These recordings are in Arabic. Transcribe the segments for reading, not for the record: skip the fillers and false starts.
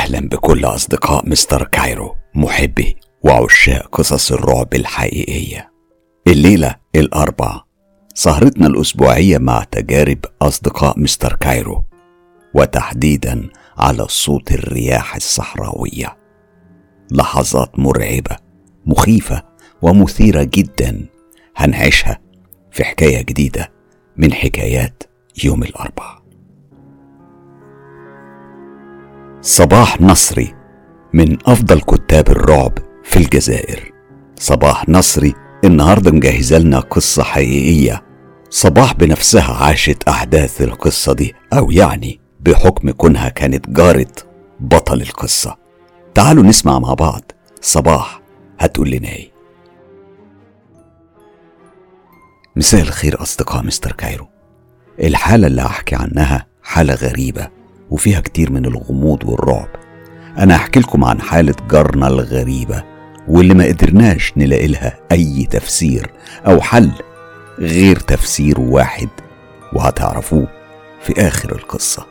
أهلا بكل أصدقاء مستر كايرو، محبي وعشاق قصص الرعب الحقيقية. الليلة الأربع سهرتنا الأسبوعية مع تجارب أصدقاء مستر كايرو، وتحديدا على صوت الرياح الصحراوية. لحظات مرعبة مخيفة ومثيرة جدا هنعيشها في حكاية جديدة من حكايات يوم الأربع. صباح نصري من أفضل كتاب الرعب في الجزائر. صباح نصري النهاردة مجهزة لنا قصة حقيقية. صباح بنفسها عاشت أحداث القصة دي، أو يعني بحكم كونها كانت جارة بطل القصة. تعالوا نسمع مع بعض صباح هتقول لنا ايه. مساء الخير أصدقاء مستر كايرو. الحالة اللي هحكي عنها حالة غريبة وفيها كتير من الغموض والرعب. أنا هحكي لكم عن حالة جارنا الغريبة واللي ما قدرناش نلاقي لها أي تفسير أو حل غير تفسير واحد، وهتعرفوه في آخر القصة.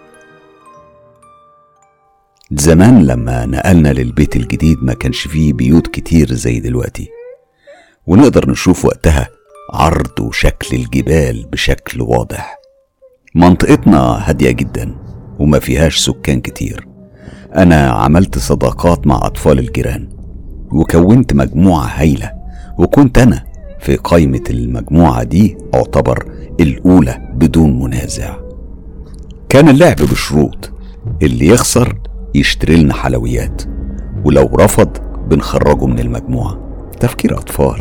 زمان لما نقلنا للبيت الجديد ما كانش فيه بيوت كتير زي دلوقتي، ونقدر نشوف وقتها عرض وشكل الجبال بشكل واضح. منطقتنا هادية جدا وما فيهاش سكان كتير. أنا عملت صداقات مع أطفال الجيران وكونت مجموعة هايلة، وكنت أنا في قائمة المجموعة دي أعتبر الأولى بدون منازع. كان اللعب بشروط، اللي يخسر يشتري لنا حلويات، ولو رفض بنخرجه من المجموعة. تفكير أطفال.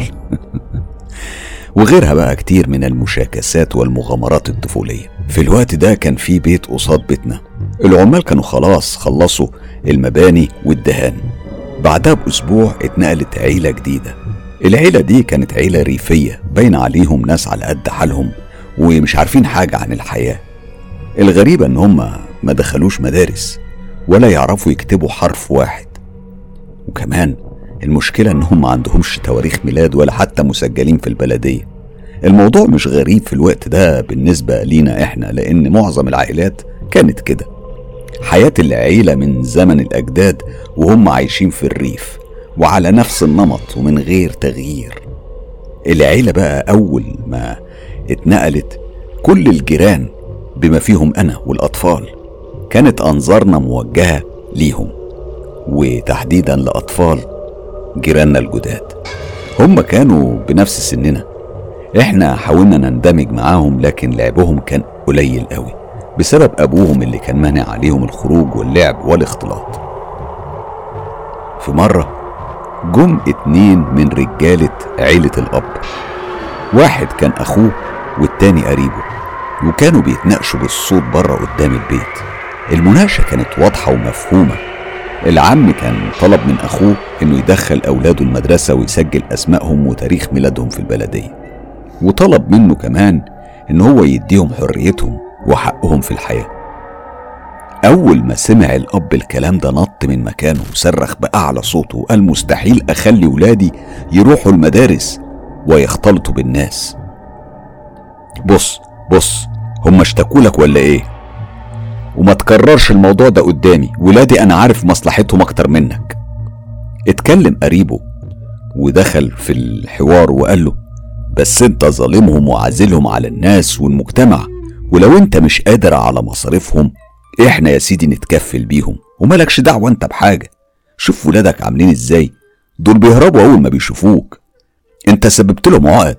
وغيرها بقى كتير من المشاكسات والمغامرات الطفولية. في الوقت ده كان في بيت قصاد بيتنا، العمال كانوا خلاص خلصوا المباني والدهان. بعدها بأسبوع اتنقلت عيلة جديدة. العيلة دي كانت عيلة ريفية، باين عليهم ناس على قد حالهم ومش عارفين حاجة عن الحياة. الغريبة ان هم ما دخلوش مدارس ولا يعرفوا يكتبوا حرف واحد، وكمان المشكلة انهم ما عندهمش تواريخ ميلاد ولا حتى مسجلين في البلدية. الموضوع مش غريب في الوقت ده بالنسبة لينا احنا، لان معظم العائلات كانت كده. حياة العيلة من زمن الأجداد وهم عايشين في الريف وعلى نفس النمط ومن غير تغيير. العيلة بقى أول ما اتنقلت كل الجيران بما فيهم أنا والأطفال كانت أنظارنا موجهة ليهم، وتحديدا لأطفال جيراننا الجداد. هم كانوا بنفس سننا. احنا حاولنا نندمج معاهم لكن لعبهم كان قليل قوي بسبب أبوهم اللي كان مانع عليهم الخروج واللعب والاختلاط. في مرة جم 2 من رجالة عيلة الأب، واحد كان أخوه والتاني قريبه، وكانوا بيتناقشوا بالصوت بره قدام البيت. المناقشة كانت واضحة ومفهومة. العم كان طلب من أخوه إنه يدخل أولاده المدرسة ويسجل أسمائهم وتاريخ ميلادهم في البلدية، وطلب منه كمان إن هو يديهم حريتهم وحقهم في الحياة. أول ما سمع الأب الكلام ده نط من مكانه وصرخ بأعلى صوته وقال مستحيل أخلي ولادي يروحوا المدارس ويختلطوا بالناس. بص هم اشتكوا لك ولا ايه؟ وما تكررش الموضوع ده قدامي، ولادي أنا عارف مصلحتهم أكتر منك. اتكلم قريبه ودخل في الحوار وقال له بس انت ظالمهم وعازلهم على الناس والمجتمع، ولو انت مش قادر على مصاريفهم احنا يا سيدي نتكفل بيهم ومالكش دعوة انت بحاجة. شوف ولادك عاملين ازاي، دول بيهربوا اول ما بيشوفوك، انت سببت لهم عقد.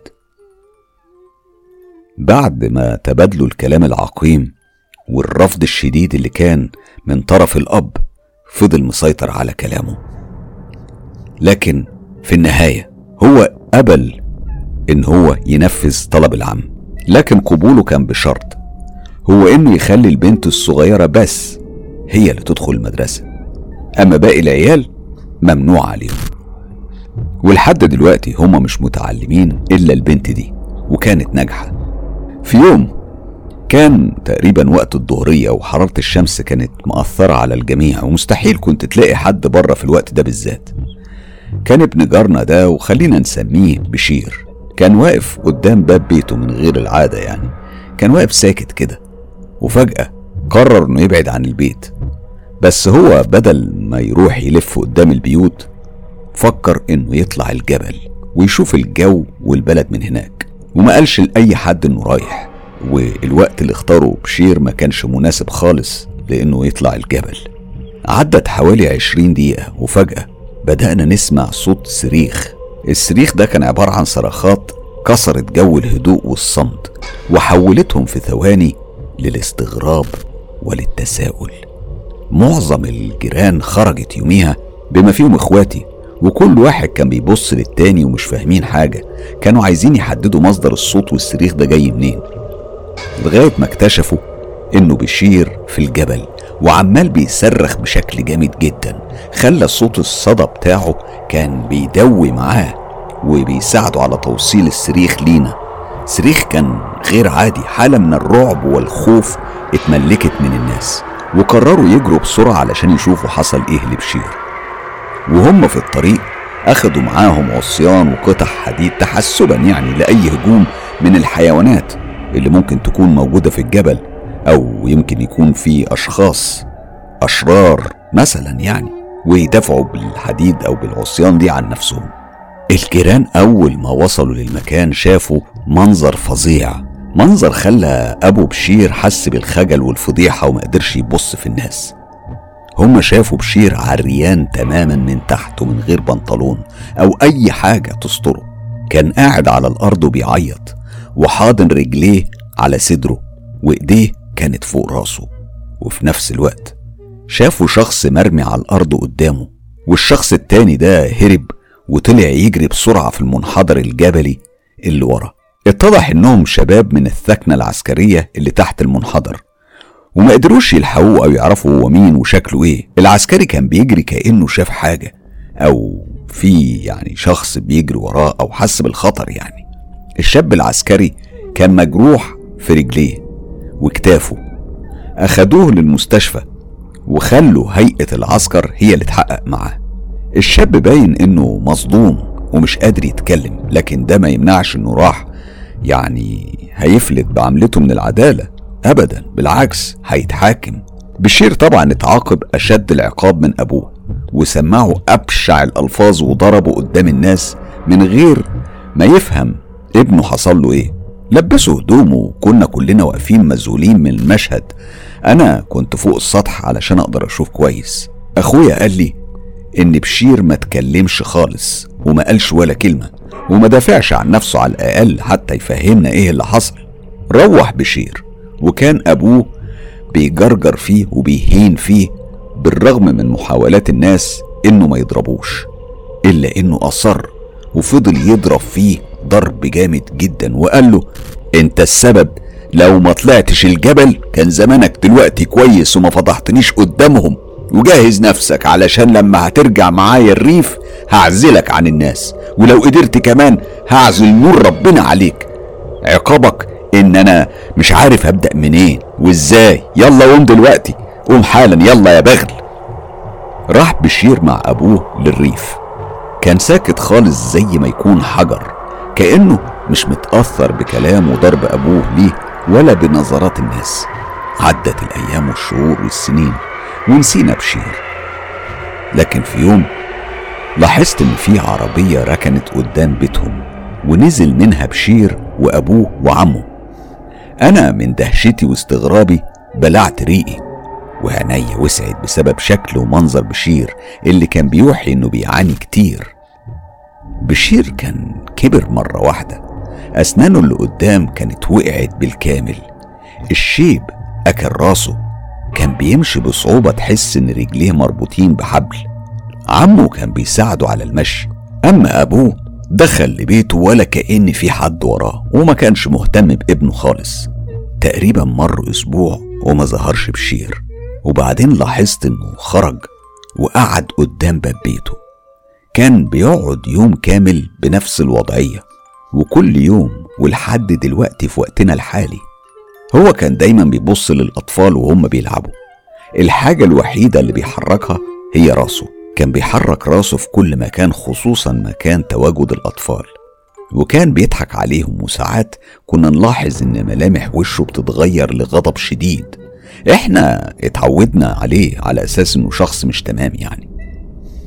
بعد ما تبادلوا الكلام العقيم والرفض الشديد اللي كان من طرف الأب، فضل مسيطر على كلامه. لكن في النهاية هو قبل ان هو ينفذ طلب العم، لكن قبوله كان بشرط، هو انه يخلي البنت الصغيرة بس هي اللي تدخل المدرسة، اما باقي العيال ممنوع عليهم. ولحد دلوقتي هما مش متعلمين الا البنت دي، وكانت ناجحة. في يوم كان تقريبا وقت الظهرية وحرارة الشمس كانت مأثرة على الجميع، ومستحيل كنت تلاقي حد بره في الوقت ده بالذات. كان ابن جارنا ده وخلينا نسميه بشير كان واقف قدام باب بيته من غير العادة، يعني كان واقف ساكت كده، وفجأة قرر انه يبعد عن البيت. بس هو بدل ما يروح يلف قدام البيوت فكر انه يطلع الجبل ويشوف الجو والبلد من هناك، وما قالش لأي حد انه رايح. والوقت اللي اختاره بشير ما كانش مناسب خالص لانه يطلع الجبل. عدت حوالي 20 دقيقة وفجأة بدأنا نسمع صوت صريخ. الصريخ ده كان عبارة عن صرخات كسرت جو الهدوء والصمت وحولتهم في ثواني للاستغراب وللتساؤل. معظم الجيران خرجت يوميها بما فيهم اخواتي، وكل واحد كان بيبص للتاني ومش فاهمين حاجة. كانوا عايزين يحددوا مصدر الصوت والصريخ ده جاي منين، لغاية ما اكتشفوا انه بشير في الجبل وعمال بيصرخ بشكل جامد جدا، خلى صوت الصدى بتاعه كان بيدوي معاه وبيساعده على توصيل الصريخ لينا. صريخ كان غير عادي. حالة من الرعب والخوف اتملكت من الناس وقرروا يجروا بسرعة علشان يشوفوا حصل ايه لبشير. وهم في الطريق اخدوا معاهم عصيان وقطع حديد تحسبا لأي هجوم من الحيوانات اللي ممكن تكون موجودة في الجبل، او يمكن يكون في اشخاص اشرار مثلا ويدافعوا بالحديد او بالعصيان دي عن نفسهم. الجيران اول ما وصلوا للمكان شافوا منظر فظيع، منظر خلى ابو بشير حس بالخجل والفضيحة وما قدرش يبص في الناس. هم شافوا بشير عريان تماما من تحت ومن غير بنطلون او اي حاجة تستره. كان قاعد على الارض وبيعيط وحاضن رجليه على صدره وايديه كانت فوق راسه. وفي نفس الوقت شافوا شخص مرمي على الارض قدامه، والشخص التاني ده هرب وطلع يجري بسرعة في المنحدر الجبلي اللي ورا. اتضح انهم شباب من الثكنة العسكرية اللي تحت المنحدر، وما قدروش يلحقوه او يعرفوا هو مين وشكله ايه. العسكري كان بيجري كأنه شاف حاجة او في شخص بيجري وراه او حس بالخطر. الشاب العسكري كان مجروح في رجليه وكتافه. اخدوه للمستشفى وخلوا هيئة العسكر هي اللي تحقق معاه. الشاب باين انه مصدوم ومش قادر يتكلم، لكن ده ما يمنعش انه راح هيفلت بعملته من العدالة ابدا، بالعكس هيتحاكم. بشير طبعا اتعاقب اشد العقاب من ابوه وسمعه ابشع الالفاظ وضربه قدام الناس من غير ما يفهم ابنه حصل له ايه. لبسوا هدومه وكنا كلنا واقفين مذهولين من المشهد. انا كنت فوق السطح علشان اقدر اشوف كويس. اخويا قال لي ان بشير ما تكلمش خالص وما قالش ولا كلمة وما دافعش عن نفسه على الاقل حتى يفهمنا ايه اللي حصل. روح بشير وكان ابوه بيجرجر فيه وبيهين فيه بالرغم من محاولات الناس انه ما يضربوش، الا انه اصر وفضل يضرب فيه ضرب جامد جدا وقال له انت السبب، لو ما طلعتش الجبل كان زمانك دلوقتي كويس وما فضحتنيش قدامهم، وجهز نفسك علشان لما هترجع معايا الريف هعزلك عن الناس، ولو قدرت كمان هعزل نور ربنا عليك. عقابك ان انا مش عارف هبدأ منين وازاي. يلا قوم دلوقتي، قوم حالا يلا يا بغل. راح بشير مع ابوه للريف. كان ساكت خالص زي ما يكون حجر، كأنه مش متأثر بكلام وضرب ابوه ليه ولا بنظرات الناس. عدت الايام والشهور والسنين ونسينا بشير. لكن في يوم لاحظت ان في عربية ركنت قدام بيتهم ونزل منها بشير وابوه وعمه. انا من دهشتي واستغرابي بلعت ريقي وعيني وسعت بسبب شكل ومنظر بشير اللي كان بيوحي انه بيعاني كتير. بشير كان كبر مرة واحدة، اسنانه اللي قدام كانت وقعت بالكامل، الشيب اكل راسه، كان بيمشي بصعوبة تحس ان رجليه مربوطين بحبل. عمه كان بيساعده على المشي، اما ابوه دخل لبيته ولا كأن في حد وراه وما كانش مهتم بابنه خالص. تقريبا مر اسبوع وما ظهرش بشير، وبعدين لاحظت انه خرج وقعد قدام باب بيته. كان بيقعد يوم كامل بنفس الوضعية، وكل يوم ولحد دلوقتي في وقتنا الحالي هو كان دايما بيبص للأطفال وهم بيلعبوا. الحاجة الوحيدة اللي بيحركها هي راسه. كان بيحرك راسه في كل مكان، خصوصا مكان تواجد الأطفال، وكان بيضحك عليهم. وساعات كنا نلاحظ ان ملامح وشه بتتغير لغضب شديد. احنا اتعودنا عليه على اساس انه شخص مش تمام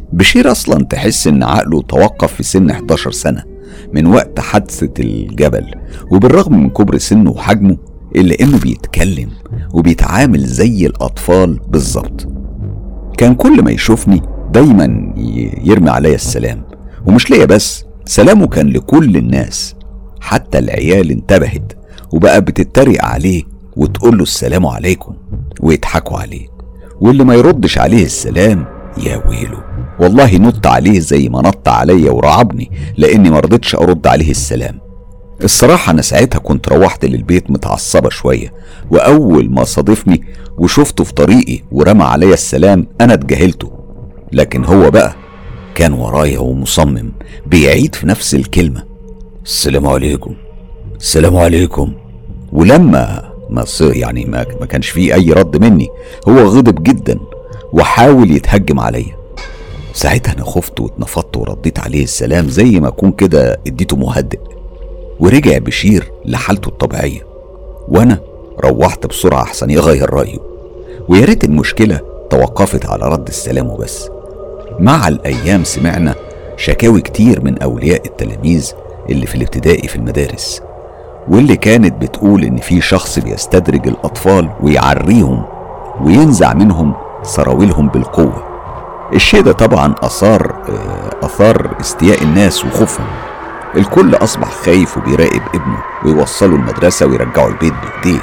بشير أصلا تحس إن عقله توقف في سن 11 سنة من وقت حادثة الجبل، وبالرغم من كبر سنه وحجمه إلا إنه بيتكلم وبيتعامل زي الأطفال بالظبط. كان كل ما يشوفني دايما يرمي عليا السلام، ومش ليا بس، سلامه كان لكل الناس. حتى العيال انتبهت وبقى بتتريق عليه وتقول له السلام عليكم ويضحكوا عليه، واللي ما يردش عليه السلام يا ويله، والله نط عليه زي ما نط عليا ورعبني لاني ما رضيتش ارد عليه السلام. الصراحة انا ساعتها كنت روحت للبيت متعصبة شوية، واول ما صادفني وشفته في طريقي ورمى عليا السلام انا اتجاهلته، لكن هو بقى كان ورايا ومصمم بيعيد في نفس الكلمة، السلام عليكم السلام عليكم. ولما ما كانش فيه اي رد مني، هو غضب جدا وحاول يتهجم عليا. ساعتها انا خفت واتنفضت ورديت عليه السلام زي ما اكون كده اديته مهدئ، ورجع بشير لحالته الطبيعية، وانا روحت بسرعة احسن يغير رأيه. ويا ريت المشكلة توقفت على رد السلام وبس. مع الايام سمعنا شكاوي كتير من اولياء التلاميذ اللي في الابتدائي في المدارس، واللي كانت بتقول ان في شخص بيستدرج الاطفال ويعريهم وينزع منهم سراويلهم بالقوة. الشيء ده طبعا اثار استياء الناس وخوفهم. الكل اصبح خايف وبيراقب ابنه ويوصله المدرسة ويرجعه البيت بايديه.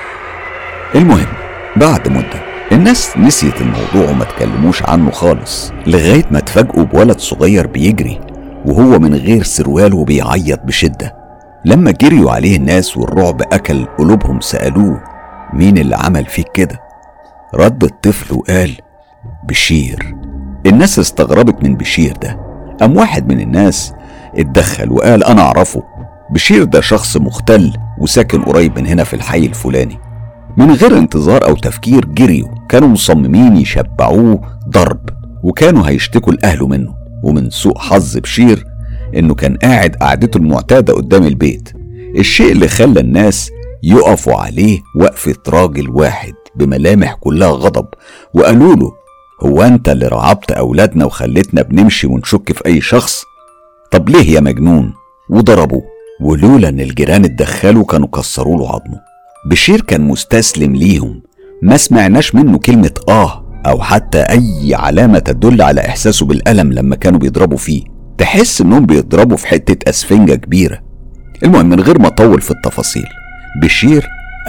المهم بعد مدة الناس نسيت الموضوع وما تكلموش عنه خالص، لغاية ما اتفاجئوا بولد صغير بيجري وهو من غير سروال وبيعيط بشدة. لما جريوا عليه الناس والرعب أكل قلوبهم سألوه مين اللي عمل فيك كده؟ رد الطفل وقال بشير. الناس استغربت من بشير ده. قام واحد من الناس اتدخل وقال أنا أعرفه، بشير ده شخص مختل وساكن قريب من هنا في الحي الفلاني. من غير انتظار أو تفكير جريوا، كانوا مصممين يشبعوه ضرب وكانوا هيشتكوا لأهله منه. ومن سوء حظ بشير انه كان قاعد قعدته المعتادة قدام البيت، الشيء اللي خلى الناس يقفوا عليه وقفة راجل واحد بملامح كلها غضب، وقالوا له هو انت اللي رعبت اولادنا وخلتنا بنمشي ونشك في اي شخص؟ طب ليه يا مجنون؟ وضربوه، ولولا ان الجيران اتدخلوا كانوا كسروا له عظمه. بشير كان مستسلم ليهم، ما سمعناش منه كلمة او حتى اي علامة تدل على احساسه بالألم لما كانوا بيضربوا فيه، تحس انهم بيضربوا في حتة اسفنجة كبيرة. المهم من غير ما اطول في التفاصيل، بشير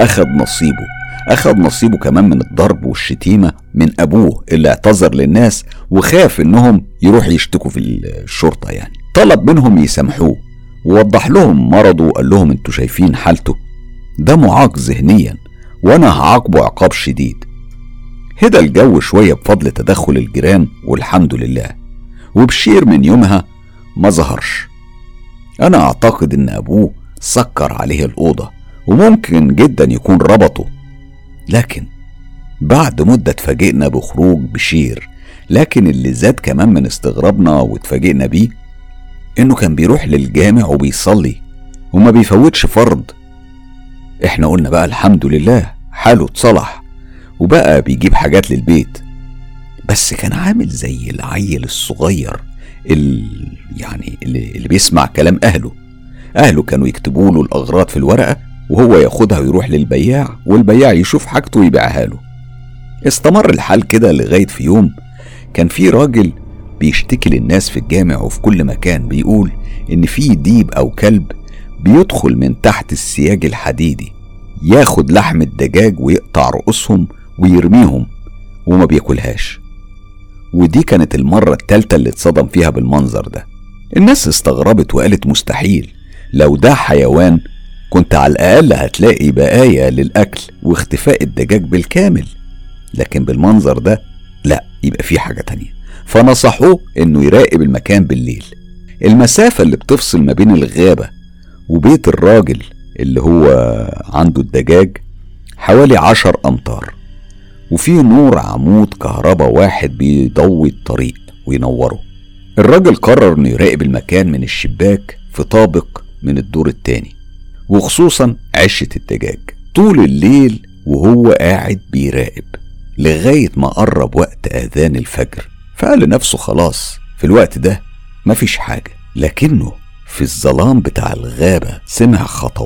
اخد نصيبه كمان من الضرب والشتيمة من ابوه اللي اعتذر للناس وخاف انهم يروح يشتكوا في الشرطة. يعني طلب منهم يسامحوه ووضح لهم مرضه وقال لهم انتوا شايفين حالته ده معاق ذهنيا وانا هعاقبه عقاب شديد. هدى الجو شوية بفضل تدخل الجيران والحمد لله، وبشير من يومها ما ظهرش. انا اعتقد ان ابوه سكر عليه الأوضة وممكن جدا يكون ربطه، لكن بعد مدة اتفاجئنا بخروج بشير. لكن اللي زاد كمان من استغرابنا واتفاجئنا بيه انه كان بيروح للجامع وبيصلي وما بيفوتش فرض. احنا قلنا بقى الحمد لله حاله اتصلح وبقى بيجيب حاجات للبيت، بس كان عامل زي العيل الصغير اللي بيسمع كلام اهله كانوا يكتبوا له الاغراض في الورقة وهو ياخدها ويروح للبياع والبياع يشوف حاجته ويبيعها له. استمر الحال كده لغاية في يوم كان في راجل بيشتكي للناس في الجامع وفي كل مكان، بيقول ان في ديب او كلب بيدخل من تحت السياج الحديدي ياخد لحم الدجاج ويقطع رؤوسهم ويرميهم وما بياكلهاش. ودي كانت المرة الثالثة اللي اتصدم فيها بالمنظر ده. الناس استغربت وقالت مستحيل، لو ده حيوان كنت على الأقل هتلاقي بقايا للأكل واختفاء الدجاج بالكامل، لكن بالمنظر ده لا، يبقى في حاجة تانية. فنصحوه انه يراقب المكان بالليل. المسافة اللي بتفصل ما بين الغابة وبيت الراجل اللي هو عنده الدجاج حوالي 10 أمتار، وفيه نور عمود كهرباء واحد بيضوي الطريق وينوره. الراجل قرر انه يراقب المكان من الشباك في طابق من الدور التاني، وخصوصا عشة الدجاج طول الليل وهو قاعد بيراقب لغاية ما قرب وقت آذان الفجر. فقال لنفسه خلاص في الوقت ده مفيش حاجة. لكنه في الظلام بتاع الغابة سمع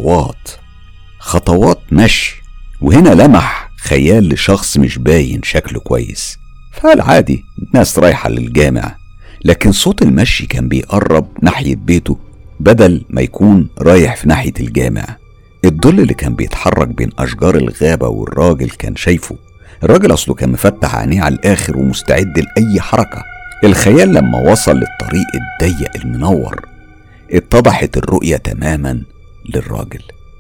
خطوات مشي، وهنا لمح خيال لشخص مش باين شكله كويس. فقال عادي ناس رايحة للجامع، لكن صوت المشي كان بيقرب ناحية بيته بدل ما يكون رايح في ناحية الجامع. الظل اللي كان بيتحرك بين أشجار الغابة والراجل كان شايفه. الراجل أصله كان مفتح عينيه على الآخر ومستعد لأي حركة. الخيال لما وصل للطريق الضيق المنور اتضحت الرؤية تماما للراجل،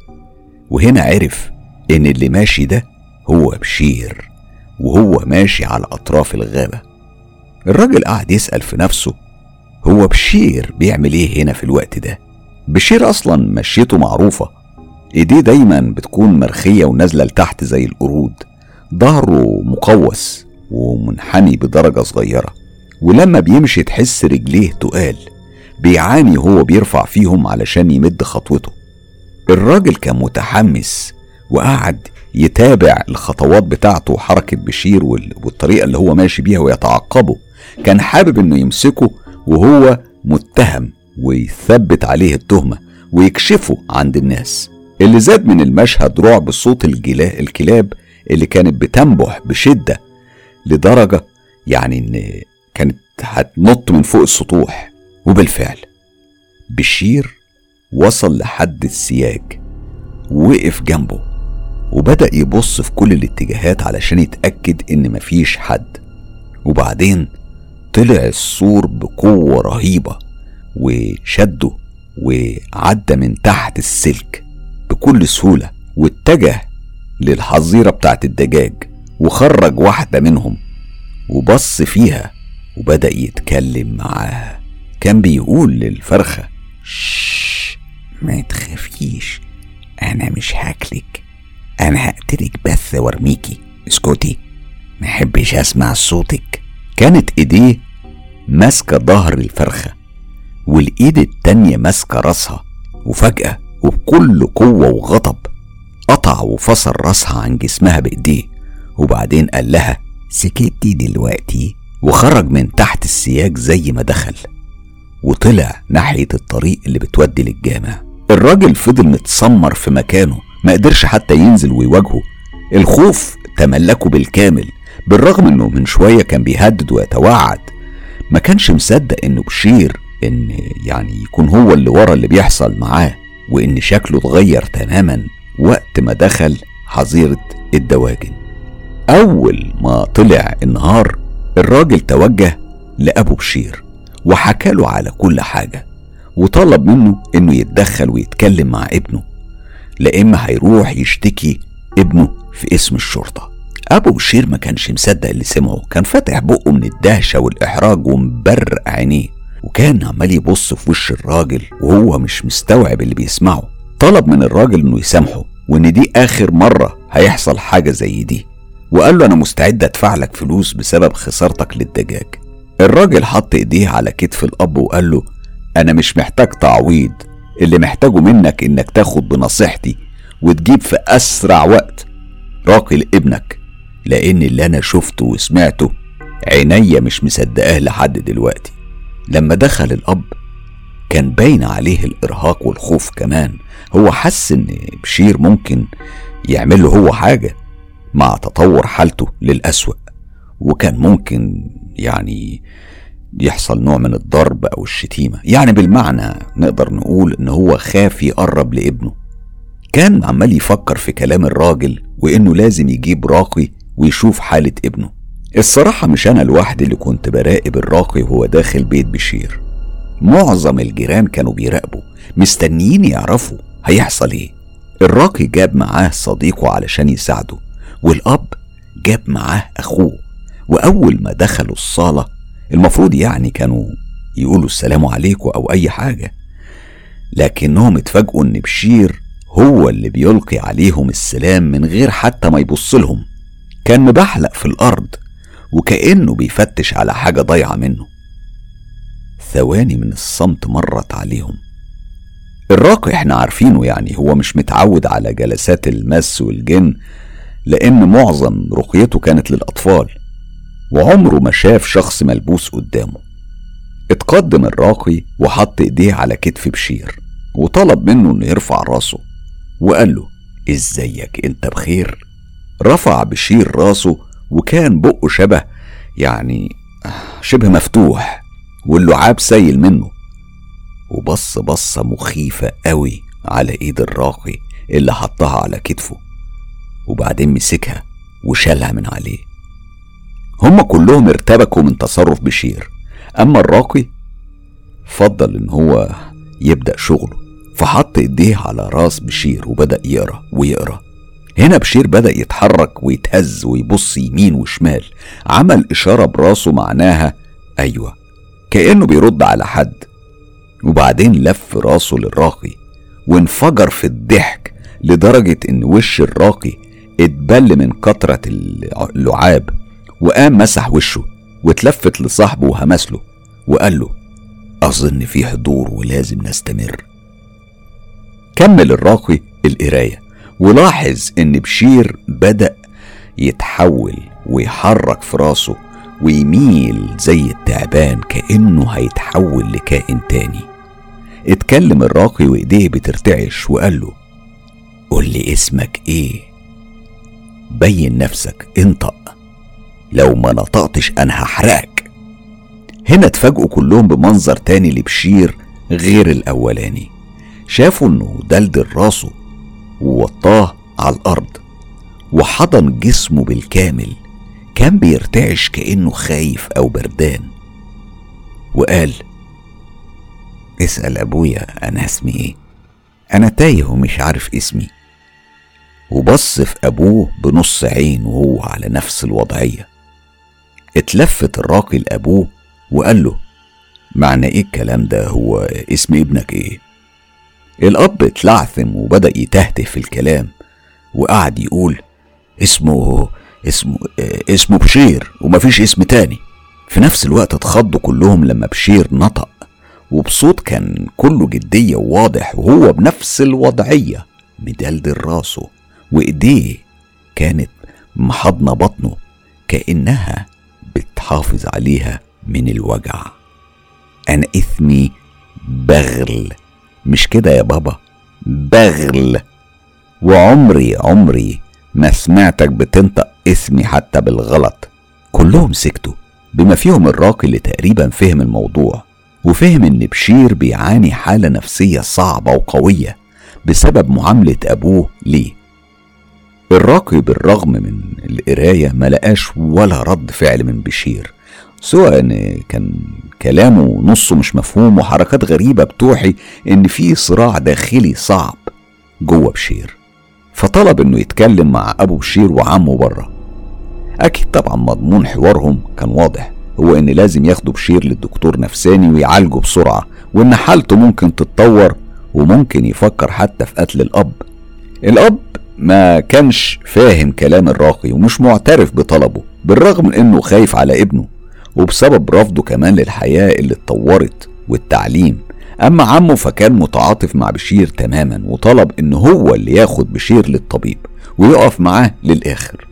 وهنا عرف إن اللي ماشي ده هو بشير، وهو ماشي على أطراف الغابة. الراجل قاعد يسأل في نفسه هو بشير بيعمل ايه هنا في الوقت ده؟ بشير أصلا مشيته معروفة، ايديه دايما بتكون مرخية ونازلة لتحت زي القرود، ظهره مقوس ومنحني بدرجة صغيرة، ولما بيمشي تحس رجليه تقال، بيعاني هو بيرفع فيهم علشان يمد خطوته. الراجل كان متحمس وقعد يتابع الخطوات بتاعته وحركة بشير والطريقة اللي هو ماشي بيها ويتعقبه. كان حابب انه يمسكه وهو متهم ويثبت عليه التهمة ويكشفه عند الناس. اللي زاد من المشهد رعب صوت الكلاب اللي كانت بتنبح بشدة لدرجة يعني ان كانت هتنط من فوق السطوح. وبالفعل بشير وصل لحد السياج ووقف جنبه وبدأ يبص في كل الاتجاهات علشان يتأكد ان مفيش حد. وبعدين طلع السور بقوة رهيبة وشده وعدى من تحت السلك بكل سهولة، واتجه للحظيرة بتاعت الدجاج وخرج واحدة منهم وبص فيها وبدأ يتكلم معاها. كان بيقول للفرخة شش ما تخافيش، انا مش هاكلك، انا هقتلك بس وارميكي، اسكتي ما احبش اسمع صوتك. كانت ايديه ماسكة ظهر الفرخة والايد التانية ماسكة راسها، وفجأة وبكل قوة وغضب قطع وفصل راسها عن جسمها بايديه، وبعدين قال لها سكتي دلوقتي، وخرج من تحت السياج زي ما دخل وطلع ناحية الطريق اللي بتودي للجامع. الراجل فضل متسمر في مكانه، ما قدرش حتى ينزل ويواجهه. الخوف تملكه بالكامل، بالرغم انه من شوية كان بيهدد ويتوعد. ما كانش مصدق انه بشير ان يعني يكون هو اللي ورا اللي بيحصل معاه، وان شكله اتغير تماما وقت ما دخل حظيرة الدواجن. اول ما طلع النهار الراجل توجه لأبو بشير وحكاله على كل حاجة، وطلب منه انه يتدخل ويتكلم مع ابنه، لإما هيروح يشتكي ابنه في اسم الشرطة. أبو بشير ما كانش مصدق اللي سمعه، كان فاتح بقه من الدهشة والإحراج ومبرق عينيه، وكان عمال يبص في وش الراجل وهو مش مستوعب اللي بيسمعه. طلب من الراجل انه يسامحه وان دي آخر مرة هيحصل حاجة زي دي، وقال له أنا مستعد أدفع لك فلوس بسبب خسارتك للدجاج. الراجل حط ايديه على كتف الأب وقال له أنا مش محتاج تعويض، اللي محتاجه منك إنك تاخد بنصيحتي وتجيب في أسرع وقت راقي لابنك، لأن اللي أنا شفته وسمعته عينيا مش مصدقاه لحد دلوقتي. لما دخل الأب كان باين عليه الإرهاق والخوف كمان، هو حس إن بشير ممكن يعمل له هو حاجة مع تطور حالته للأسوأ، وكان ممكن يعني يحصل نوع من الضرب أو الشتيمة، يعني بالمعنى نقدر نقول إن هو خاف يقرب لابنه. كان عمال يفكر في كلام الراجل وإنه لازم يجيب راقي ويشوف حالة ابنه. الصراحة مش أنا الواحد اللي كنت براقب الراقي وهو داخل بيت بشير، معظم الجيران كانوا بيراقبوا مستنيين يعرفوا هيحصل ايه. الراقي جاب معاه صديقه علشان يساعده، والأب جاب معاه أخوه، وأول ما دخلوا الصالة المفروض يعني كانوا يقولوا السلام عليكم أو أي حاجة، لكنهم اتفاجئوا إن بشير هو اللي بيلقي عليهم السلام من غير حتى ما يبصلهم. كان مبحلق في الأرض وكأنه بيفتش على حاجة ضايعة منه. ثواني من الصمت مرت عليهم. الراقي احنا عارفينه يعني هو مش متعود على جلسات المس والجن، لأن معظم رقيته كانت للأطفال، وعمره ما شاف شخص ملبوس قدامه. اتقدم الراقي وحط ايديه على كتف بشير وطلب منه انه يرفع راسه، وقال له: ازيك، انت بخير؟ رفع بشير راسه وكان بقه شبه مفتوح واللعاب سايل منه، وبص بصة مخيفة قوي على ايد الراقي اللي حطها على كتفه، وبعدين مسكها وشالها من عليه. هما كلهم ارتبكوا من تصرف بشير، اما الراقي فضل ان هو يبدأ شغله، فحط ايديه على راس بشير وبدأ يقرأ ويقرأ. هنا بشير بدأ يتحرك ويتهز ويبص يمين وشمال، عمل اشارة براسه معناها ايوه، كأنه بيرد على حد، وبعدين لف راسه للراقي وانفجر في الضحك لدرجة ان وش الراقي اتبل من كترة اللعاب، وقام مسح وشه واتلفت لصاحبه وهمسله وقال له: اظن في حضور ولازم نستمر. كمل الراقي القراية ولاحظ ان بشير بدأ يتحول ويحرك في راسه ويميل زي التعبان كأنه هيتحول لكائن تاني. اتكلم الراقي وايديه بترتعش وقال له: قول لي اسمك ايه؟ بين نفسك، انطق، لو ما نطقتش انا هحرقك. هنا اتفاجئوا كلهم بمنظر تاني لبشير غير الاولاني. شافوا انه دلدل راسه ووطاه على الارض وحضن جسمه بالكامل، كان بيرتعش كأنه خايف او بردان، وقال: اسأل ابويا انا اسمي ايه، انا تايه ومش عارف اسمي. وبص في ابوه بنص عين وهو على نفس الوضعية. اتلفت الراقي لابوه وقال له: معنى ايه الكلام ده؟ هو اسم ابنك ايه؟ الاب اتلعثم وبدأ يتهته في الكلام وقعد يقول: اسمه بشير ومفيش اسم تاني. في نفس الوقت اتخضوا كلهم لما بشير نطق وبصوت كان كله جدية وواضح، وهو بنفس الوضعية مدلدل راسه وايديه كانت محضنة بطنه كأنها بتحافظ عليها من الوجع. انا اسمي بغل، مش كده يا بابا؟ بغل، وعمري ما سمعتك بتنطق اسمي حتى بالغلط. كلهم سكتوا بما فيهم الراقي اللي تقريبا فهم الموضوع وفهم ان بشير بيعاني حالة نفسية صعبة وقوية بسبب معاملة ابوه ليه. الراقي بالرغم من القراية ما لقاش ولا رد فعل من بشير، سواء ان كان كلامه نصه مش مفهوم وحركات غريبة بتوحي ان في صراع داخلي صعب جوه بشير. فطلب انه يتكلم مع ابو بشير وعمه بره. اكيد طبعا مضمون حوارهم كان واضح، هو ان لازم ياخدوا بشير للدكتور نفساني ويعالجه بسرعة، وان حالته ممكن تتطور وممكن يفكر حتى في قتل الاب. الاب ما كانش فاهم كلام الراقي ومش معترف بطلبه، بالرغم من انه خايف على ابنه وبسبب رفضه كمان للحياة اللي اتطورت والتعليم. اما عمه فكان متعاطف مع بشير تماما وطلب انه هو اللي ياخد بشير للطبيب ويقف معاه للاخر.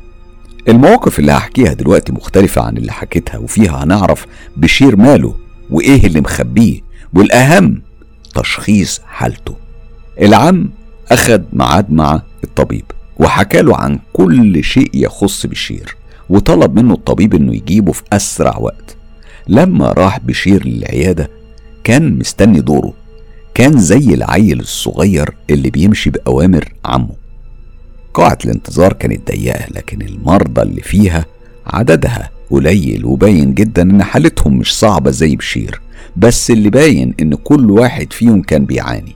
المواقف اللي هحكيها دلوقتي مختلفة عن اللي حكيتها، وفيها هنعرف بشير ماله وايه اللي مخبيه، والاهم تشخيص حالته. العم اخد ميعاد مع الطبيب وحكى له عن كل شيء يخص بشير، وطلب منه الطبيب انه يجيبه في اسرع وقت. لما راح بشير للعيادة كان مستني دوره، كان زي العيل الصغير اللي بيمشي بأوامر عمه. قاعة الانتظار كانت ضيقة، لكن المرضى اللي فيها عددها قليل، وباين جدا ان حالتهم مش صعبة زي بشير، بس اللي باين ان كل واحد فيهم كان بيعاني.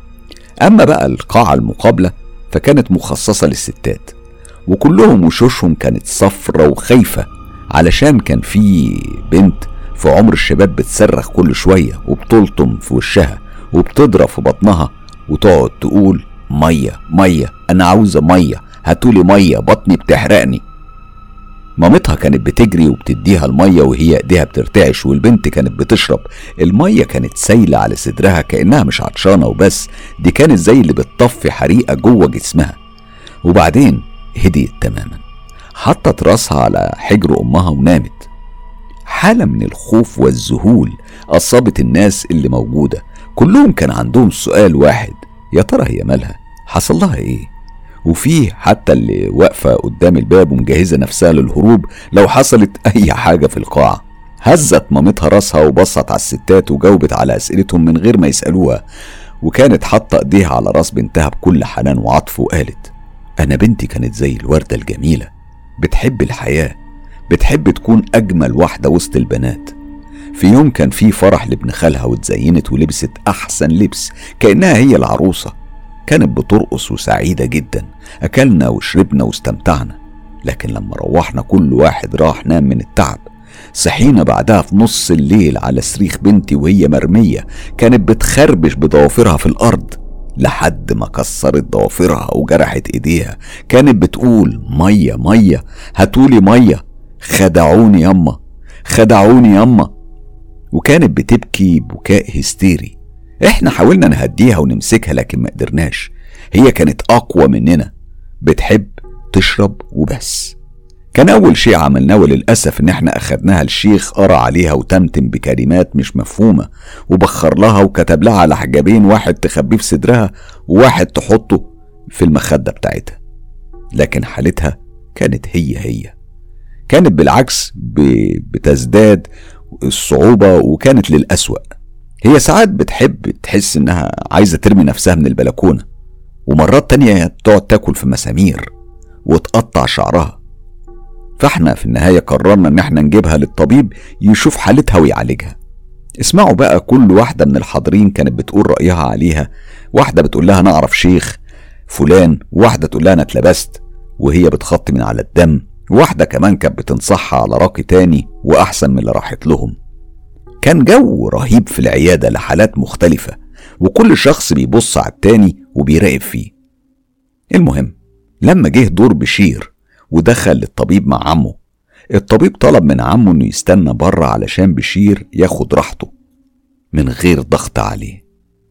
اما بقى القاعة المقابلة فكانت مخصصة للستات، وكلهم وشوشهم كانت صفرة وخايفة، علشان كان في بنت في عمر الشباب بتصرخ كل شوية وبتلطم في وشها وبتضرب في بطنها وتقعد تقول: مية مية، انا عاوزة مية، هاتولي مية، بطني بتحرقني. مامتها كانت بتجري وبتديها المية وهي ايديها بترتعش، والبنت كانت بتشرب المية، كانت سايلة على صدرها كأنها مش عطشانة وبس، دي كانت زي اللي بتطفي حريقة جوه جسمها. وبعدين هديت تماما، حطت راسها على حجر أمها ونامت. حالة من الخوف والذهول أصابت الناس اللي موجودة، كلهم كان عندهم سؤال واحد: يا ترى هي مالها؟ حصل لها ايه؟ وفيه حتى اللي واقفة قدام الباب ومجهزة نفسها للهروب لو حصلت أي حاجة في القاعة. هزت مامتها راسها وبصت على الستات وجاوبت على أسئلتهم من غير ما يسألوها، وكانت حاطة ايديها على راس بنتها بكل حنان وعطف وقالت: أنا بنتي كانت زي الوردة الجميلة، بتحب الحياة، بتحب تكون أجمل واحدة وسط البنات. في يوم كان في فرح لابن خالها واتزينت ولبست أحسن لبس كأنها هي العروسة، كانت بترقص وسعيدة جدا، أكلنا وشربنا واستمتعنا. لكن لما روحنا كل واحد راح نام من التعب. صحينا بعدها في نص الليل على صريخ بنتي وهي مرمية كانت بتخربش بضوافرها في الأرض لحد ما كسرت ضوافرها وجرحت ايديها. كانت بتقول: مية مية، هاتولي مية، خدعوني يما، خدعوني يما. وكانت بتبكي بكاء هستيري. احنا حاولنا نهديها ونمسكها لكن ما قدرناش، هي كانت اقوى مننا، بتحب تشرب وبس. كان اول شيء عملناه وللأسف ان احنا اخدناها الشيخ قرأ عليها وتمتم بكلمات مش مفهومة وبخر لها وكتب لها على حجابين، واحد تخبيه في صدرها وواحد تحطه في المخدة بتاعتها. لكن حالتها كانت هي كانت بالعكس بتزداد الصعوبة وكانت للأسوأ. هي ساعات بتحب تحس انها عايزة ترمي نفسها من البلكونة، ومرات تانية تقعد تاكل في مسامير وتقطع شعرها. فاحنا في النهاية قررنا ان احنا نجيبها للطبيب يشوف حالتها ويعالجها. اسمعوا بقى كل واحدة من الحاضرين كانت بتقول رأيها عليها. واحدة بتقول لها: انا اعرف شيخ فلان، وواحدة تقول لها: انا اتلبست وهي بتخط من على الدم، وواحدة كمان كانت بتنصحها على راقي تاني وأحسن من اللي راحت لهم. كان جو رهيب في العيادة لحالات مختلفة، وكل شخص بيبص على التاني وبيراقب فيه. المهم لما جه دور بشير ودخل للطبيب مع عمه، الطبيب طلب من عمه انه يستنى بره علشان بشير ياخد راحته من غير ضغط عليه.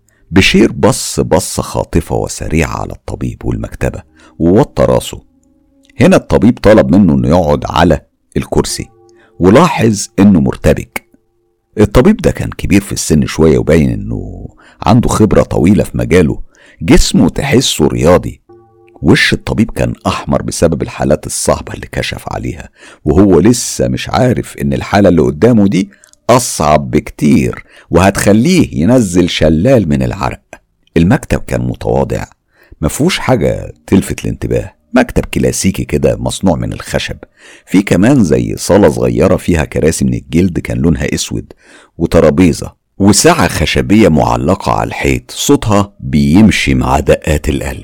بشير بص خاطفة وسريعة على الطبيب والمكتبة ووطى راسه. هنا الطبيب طلب منه انه يقعد على الكرسي، ولاحظ انه مرتبك. الطبيب ده كان كبير في السن شوية وباين انه عنده خبرة طويلة في مجاله، جسمه تحسه رياضي. وش الطبيب كان احمر بسبب الحالات الصعبة اللي كشف عليها، وهو لسه مش عارف ان الحالة اللي قدامه دي اصعب بكتير وهتخليه ينزل شلال من العرق. المكتب كان متواضع، مفهوش حاجة تلفت الانتباه، مكتب كلاسيكي كده مصنوع من الخشب. في كمان زي صالة صغيرة فيها كراسي من الجلد كان لونها اسود، وترابيزة وساعة خشبية معلقة على الحيط صوتها بيمشي مع دقات القلب.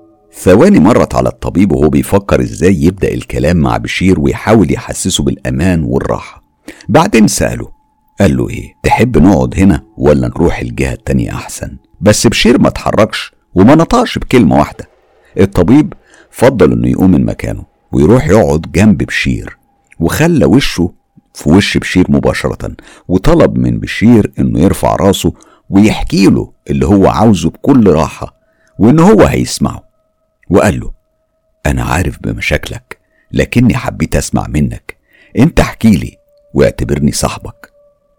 ثواني مرت على الطبيب وهو بيفكر ازاي يبدأ الكلام مع بشير ويحاول يحسسه بالأمان والراحة. بعدين سأله، قال له: ايه تحب نقعد هنا ولا نروح الجهة التانية احسن؟ بس بشير ما تحركش وما نطقش بكلمة واحدة. الطبيب فضل انه يقوم من مكانه ويروح يقعد جنب بشير، وخلى وشه في وش بشير مباشرة، وطلب من بشير انه يرفع راسه ويحكي له اللي هو عاوزه بكل راحة وانه هو هيسمعه. وقال له: انا عارف بمشاكلك لكني حبيت اسمع منك، انت احكي لي واعتبرني صاحبك.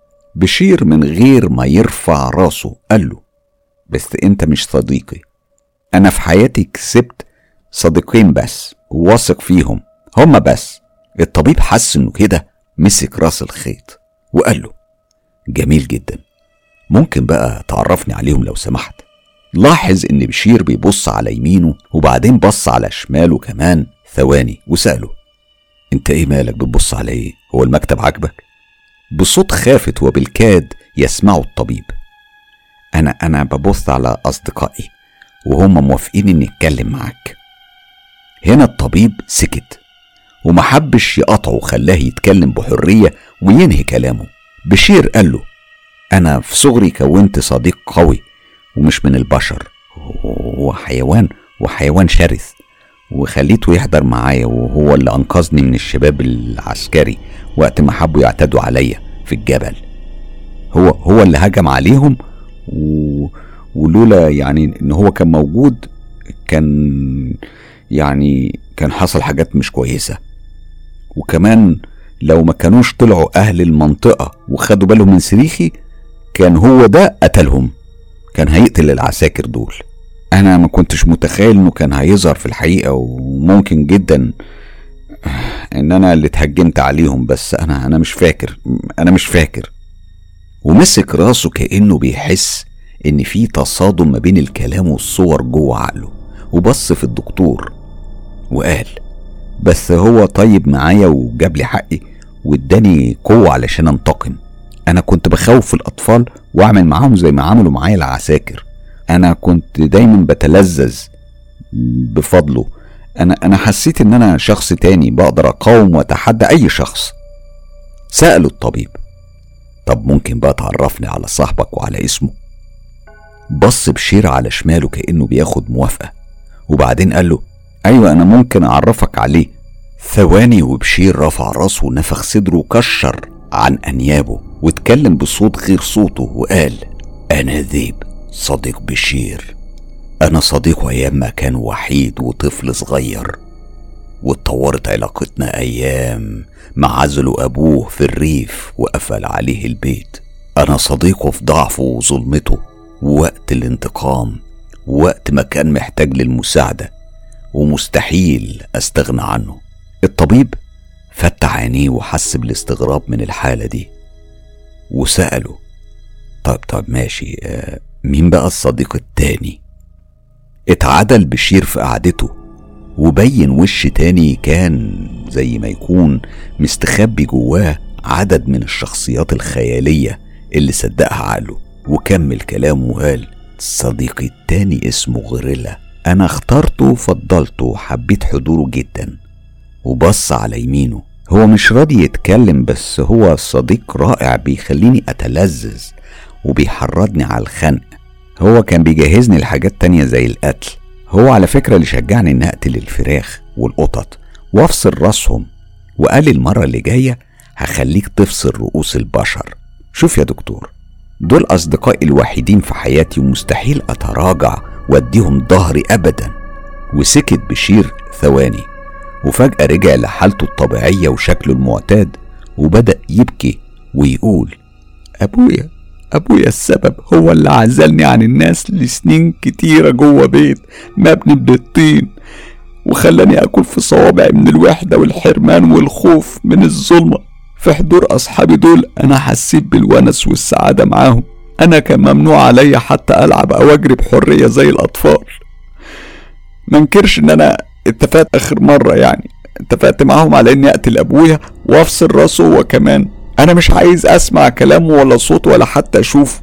بشير من غير ما يرفع راسه قال له: بس انت مش صديقي، انا في حياتي كسبت صديقين بس وواثق فيهم، هما بس. الطبيب حس انه كده مسك راس الخيط وقال له: جميل جدا، ممكن بقى تعرفني عليهم لو سمحت. لاحظ ان بشير بيبص على يمينه وبعدين بص على شماله كمان ثواني وسأله: انت ايه مالك بتبص على ايه؟ هو المكتب عاجبك؟ بصوت خافت وبالكاد يسمعه الطبيب: انا ببص على اصدقائي وهم موافقين اني اتكلم معاك. هنا الطبيب سكت ومحبش يقطعه، خلاه يتكلم بحرية وينهي كلامه. بشير قال له: انا في صغري كونت صديق قوي ومش من البشر، وحيوان شرس، وخليته يحضر معايا، وهو اللي انقذني من الشباب العسكري وقت ما حبوا يعتدوا عليا في الجبل. هو اللي هجم عليهم، ولولا يعني ان هو كان موجود كان حصل حاجات مش كويسة. وكمان لو ما كانوش طلعوا أهل المنطقة وخدوا بالهم من صريخي كان هو ده قتلهم، كان هيقتل العساكر دول. أنا ما كنتش متخيل إنه كان هيظهر في الحقيقة، وممكن جدا إن أنا اللي اتهجمت عليهم، بس أنا مش فاكر. ومسك راسه كأنه بيحس إن في تصادم ما بين الكلام والصور جوه عقله، وبص في الدكتور وقال بس هو طيب معايا وجاب لي حقي واداني قوة علشان انتقم. انا كنت بخوف الاطفال واعمل معاهم زي ما عملوا معايا العساكر. انا كنت دايما بتلذذ بفضله. انا حسيت ان انا شخص تاني بقدر اقاوم واتحدى اي شخص. سأله الطبيب طب ممكن بقى تعرفني على صاحبك وعلى اسمه؟ بص بشير على شماله كأنه بياخد موافقة، وبعدين قال له ايوه انا ممكن اعرفك عليه. ثواني وبشير رفع راسه ونفخ صدره وكشر عن انيابه واتكلم بصوت غير صوته وقال انا ذيب صديق بشير. انا صديقه ايام ما كان وحيد وطفل صغير، واتطورت علاقتنا ايام ما عزلوا ابوه في الريف وقفل عليه البيت. انا صديقه في ضعفه وظلمته ووقت الانتقام ووقت ما كان محتاج للمساعدة، ومستحيل استغنى عنه. الطبيب فتح عينيه وحس بالاستغراب من الحالة دي وسأله طب ماشي، مين بقى الصديق التاني؟ اتعدل بشير في قعدته وبين وش تاني كان زي ما يكون مستخبي جواه عدد من الشخصيات الخيالية اللي صدقها عقله، وكمل كلامه وقال صديقي التاني اسمه غوريلا. انا اخترته وفضلته وحبيت حضوره جدا. وبص على يمينه، هو مش راضي يتكلم بس هو صديق رائع بيخليني اتلذذ وبيحرضني على الخنق. هو كان بيجهزني لحاجات تانية زي القتل. هو على فكرة اللي شجعني ان اقتل الفراخ والقطط وافصل راسهم، وقال المرة اللي جاية هخليك تفصل رؤوس البشر. شوف يا دكتور، دول اصدقائي الوحيدين في حياتي ومستحيل اتراجع واديهم ظهري ابدا. وسكت بشير ثواني وفجأة رجع لحالته الطبيعية وشكله المعتاد وبدأ يبكي ويقول أبويا السبب، هو اللي عزلني عن الناس لسنين كتيرة جوه بيت مبني بالطين، وخلاني أكل في صوابعي من الوحدة والحرمان والخوف من الظلمة. في حضور أصحابي دول أنا حسيت بالونس والسعادة معاهم. أنا كان ممنوع عليا حتى ألعب أو أجري بحرية زي الأطفال. منكرش إن أنا اتفقت آخر مرة، اتفقت معاهم على إني أقتل أبويا وأفصل راسه هو كمان. أنا مش عايز أسمع كلامه ولا صوته ولا حتى أشوفه.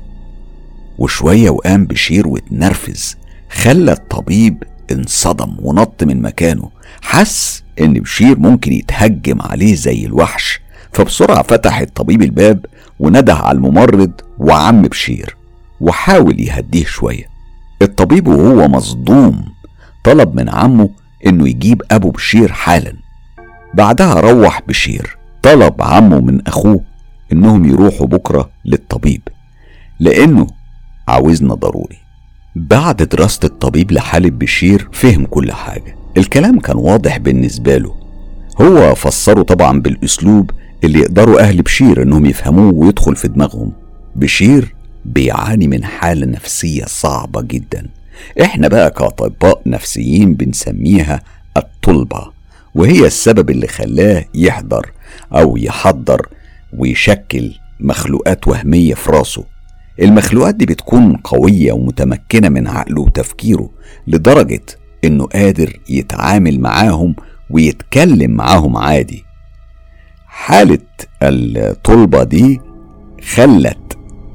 وشوية وقام بشير واتنرفز، خلى الطبيب انصدم ونط من مكانه. حس إن بشير ممكن يتهجم عليه زي الوحش، فبسرعة فتح الطبيب الباب ونده على الممرض وعم بشير وحاول يهديه شوية. الطبيب وهو مصدوم طلب من عمه إنه يجيب أبو بشير حالا. بعدها روح بشير. طلب عمه من أخوه إنهم يروحوا بكرة للطبيب لأنه عاوزنا ضروري. بعد دراسة الطبيب لحالة بشير فهم كل حاجة. الكلام كان واضح بالنسبة له. هو فسره طبعا بالأسلوب اللي يقدروا أهل بشير إنهم يفهموه ويدخل في دماغهم. بشير بيعاني من حالة نفسية صعبة جدا، إحنا بقى كأطباء نفسيين بنسميها الطلبة، وهي السبب اللي خلاه يحضر أو يحضر ويشكل مخلوقات وهمية في راسه. المخلوقات دي بتكون قوية ومتمكنة من عقله وتفكيره لدرجة إنه قادر يتعامل معاهم ويتكلم معاهم عادي. حالة الطلبة دي خلت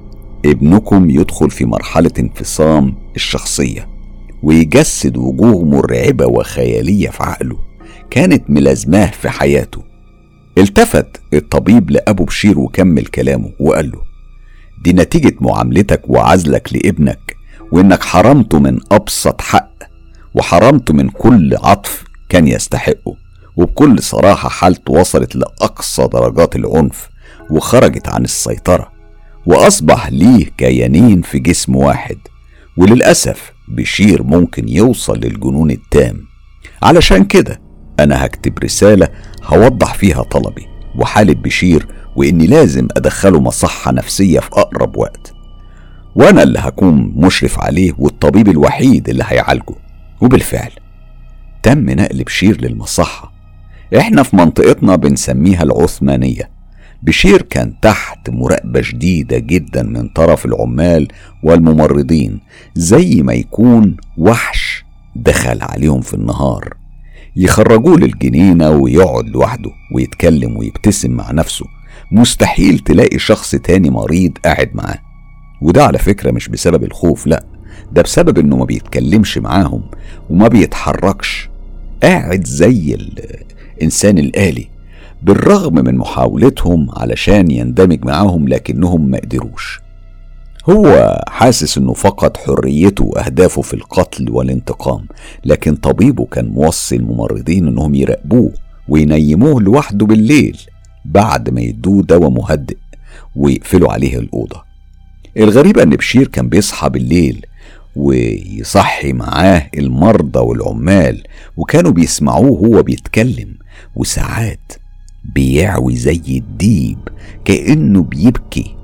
ابنكم يدخل في مرحلة انفصام الشخصية ويجسد وجوه مرعبة وخيالية في عقله كانت ملازماه في حياته. التفت الطبيب لأبو بشير وكمل كلامه وقال له دي نتيجة معاملتك وعزلك لابنك، وإنك حرمته من أبسط حق وحرمته من كل عطف كان يستحقه. وبكل صراحة حالته وصلت لأقصى درجات العنف وخرجت عن السيطرة، وأصبح ليه كيانين في جسم واحد. وللأسف بشير ممكن يوصل للجنون التام. علشان كده أنا هكتب رسالة هوضح فيها طلبي وحالة بشير، وإني لازم أدخله مصحة نفسية في أقرب وقت، وأنا اللي هكون مشرف عليه والطبيب الوحيد اللي هيعالجه. وبالفعل تم نقل بشير للمصحة. إحنا في منطقتنا بنسميها العثمانية. بشير كان تحت مراقبة شديدة جدا من طرف العمال والممرضين، زي ما يكون وحش دخل عليهم في النهار. يخرجوه للجنينة ويقعد لوحده ويتكلم ويبتسم مع نفسه. مستحيل تلاقي شخص تاني مريض قاعد معاه. وده على فكرة مش بسبب الخوف، لا، ده بسبب انه ما بيتكلمش معاهم وما بيتحركش، قاعد زي الإنسان الآلي. بالرغم من محاولتهم علشان يندمج معاهم لكنهم ما قدروش. هو حاسس انه فقد حريته واهدافه في القتل والانتقام، لكن طبيبه كان موصي الممرضين انهم يراقبوه وينيموه لوحده بالليل بعد ما يدوه دواء مهدئ ويقفلوا عليه الأوضة. الغريب ان بشير كان بيصحى بالليل ويصحي معاه المرضى والعمال، وكانوا بيسمعوه وهو بيتكلم، وساعات بيعوي زي الديب كأنه بيبكي.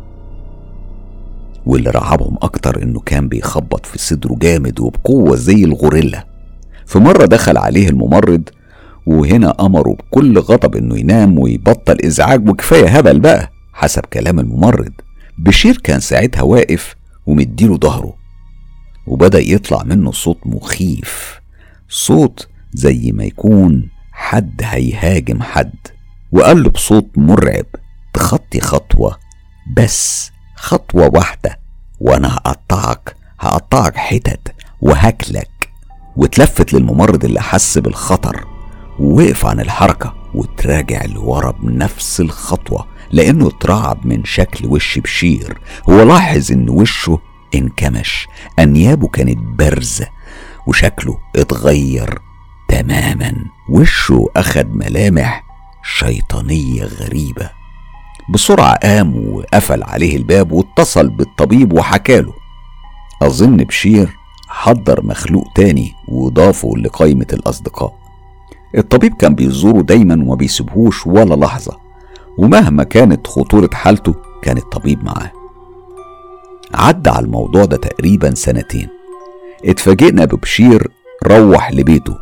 واللي رعبهم اكتر انه كان بيخبط في صدره جامد وبقوة زي الغوريلا. في مرة دخل عليه الممرض وهنا امره بكل غضب انه ينام ويبطل ازعاج وكفاية هبل بقى حسب كلام الممرض. بشير كان ساعتها واقف ومديله ظهره، وبدأ يطلع منه صوت مخيف، صوت زي ما يكون حد هيهاجم حد. وقال له بصوت مرعب: تخطي خطوة، بس خطوة واحدة وانا هقطعك حتت وهاكلك. واتلفت للممرض اللي حس بالخطر ووقف عن الحركة وتراجع لورا بنفس الخطوة، لانه اترعب من شكل وش بشير. هو لاحظ ان وشه انكمش، انيابه كانت بارزة وشكله اتغير تماما. وشه اخد ملامح شيطانية غريبة. بسرعة قام وقفل عليه الباب واتصل بالطبيب وحكاله. اظن بشير حضر مخلوق تاني وضافه لقائمة الاصدقاء. الطبيب كان بيزوره دايما وما بيسيبهوش ولا لحظة، ومهما كانت خطورة حالته كان الطبيب معاه. عدى على الموضوع ده تقريبا 2 سنين. اتفاجئنا ببشير روح لبيته.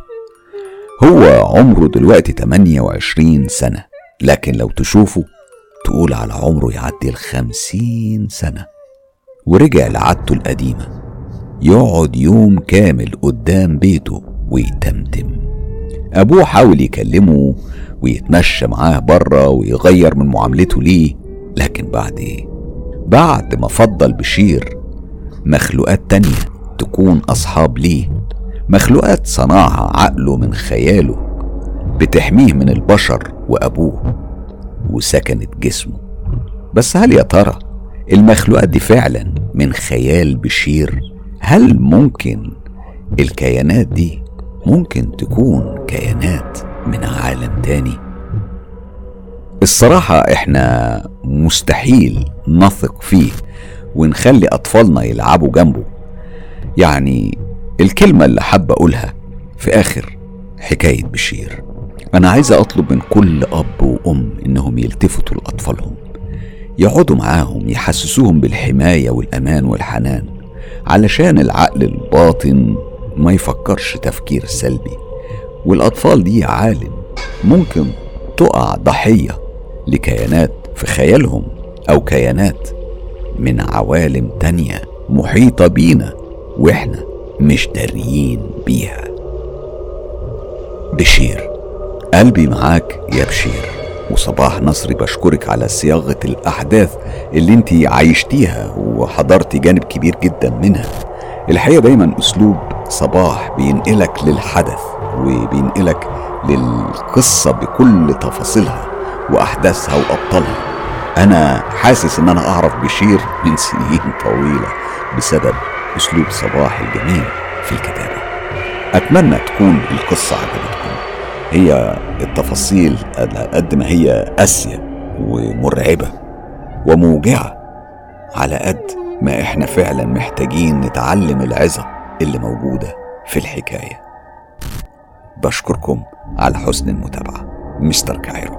هو عمره دلوقتي 28 سنة، لكن لو تشوفه تقول على عمره يعدي 50 سنة. ورجع لعادته القديمة، يقعد يوم كامل قدام بيته ويتمتم. أبوه حاول يكلمه ويتمشى معاه بره ويغير من معاملته ليه، لكن بعد ما فضل بشير مخلوقات تانية تكون أصحاب ليه، مخلوقات صنعها عقله من خياله بتحميه من البشر وأبوه وسكنت جسمه. بس هل يا ترى المخلوقات دي فعلا من خيال بشير؟ هل ممكن الكيانات دي ممكن تكون كيانات من عالم تاني؟ الصراحة احنا مستحيل نثق فيه ونخلي أطفالنا يلعبوا جنبه. يعني الكلمة اللي حابة أقولها في آخر حكاية بشير، أنا عايز أطلب من كل أب وأم إنهم يلتفتوا لأطفالهم، يقعدوا معاهم، يحسسوهم بالحماية والأمان والحنان، علشان العقل الباطن ما يفكرش تفكير سلبي. والأطفال دي عالم ممكن تقع ضحية لكيانات في خيالهم أو كيانات من عوالم تانية محيطة بينا وإحنا مش داريين بيها. بشير، قلبي معاك يا بشير. وصباح نصري بشكرك على صياغة الأحداث اللي انتي عايشتيها وحضرتي جانب كبير جدا منها. الحقيقة دايما أسلوب صباح بينقلك للحدث وبينقلك للقصة بكل تفاصيلها وأحداثها وأبطالها. أنا حاسس إن أنا أعرف بشير من سنين طويلة بسبب أسلوب صباح الجميل في الكتابة. أتمنى تكون القصة عجبتكم. هي التفاصيل قد ما هي قاسية ومرعبة وموجعة، على قد ما إحنا فعلا محتاجين نتعلم العظة اللي موجودة في الحكاية. بشكركم على حسن المتابعة. مستر كايرو.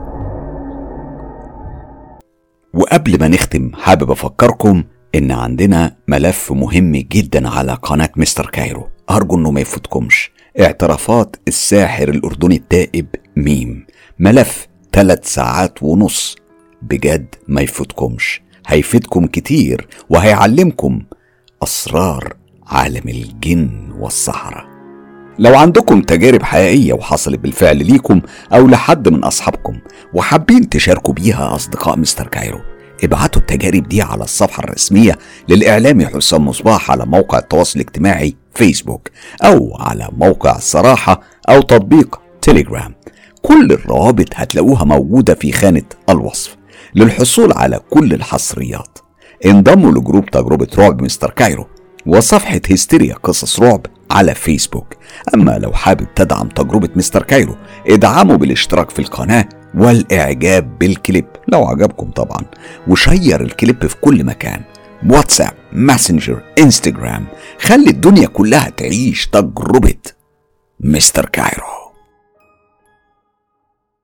وقبل ما نختم حابب أفكركم إن عندنا ملف مهم جدا على قناة مستر كايرو، أرجو إنه ما يفوتكمش. اعترافات الساحر الأردني التائب ميم، ملف 3 ساعات ونص، بجد ما يفوتكمش، هيفيدكم كتير وهيعلمكم أسرار عالم الجن والسحرة. لو عندكم تجارب حقيقية وحصلت بالفعل ليكم أو لحد من أصحابكم وحابين تشاركوا بيها أصدقاء مستر كايرو، ابعتوا التجارب دي على الصفحة الرسمية للإعلامي حسام مصباح على موقع التواصل الاجتماعي فيسبوك، أو على موقع الصراحة أو تطبيق تيليجرام. كل الروابط هتلاقوها موجودة في خانة الوصف. للحصول على كل الحصريات انضموا لجروب تجربة رعب مستر كايرو وصفحة هستيريا قصص رعب على فيسبوك. أما لو حابب تدعم تجربة مستر كايرو، ادعموا بالاشتراك في القناة والإعجاب بالكليب لو عجبكم طبعا، وشير الكليب في كل مكان، واتساب، ماسنجر، انستجرام. خلي الدنيا كلها تعيش تجربة مستر كايرو.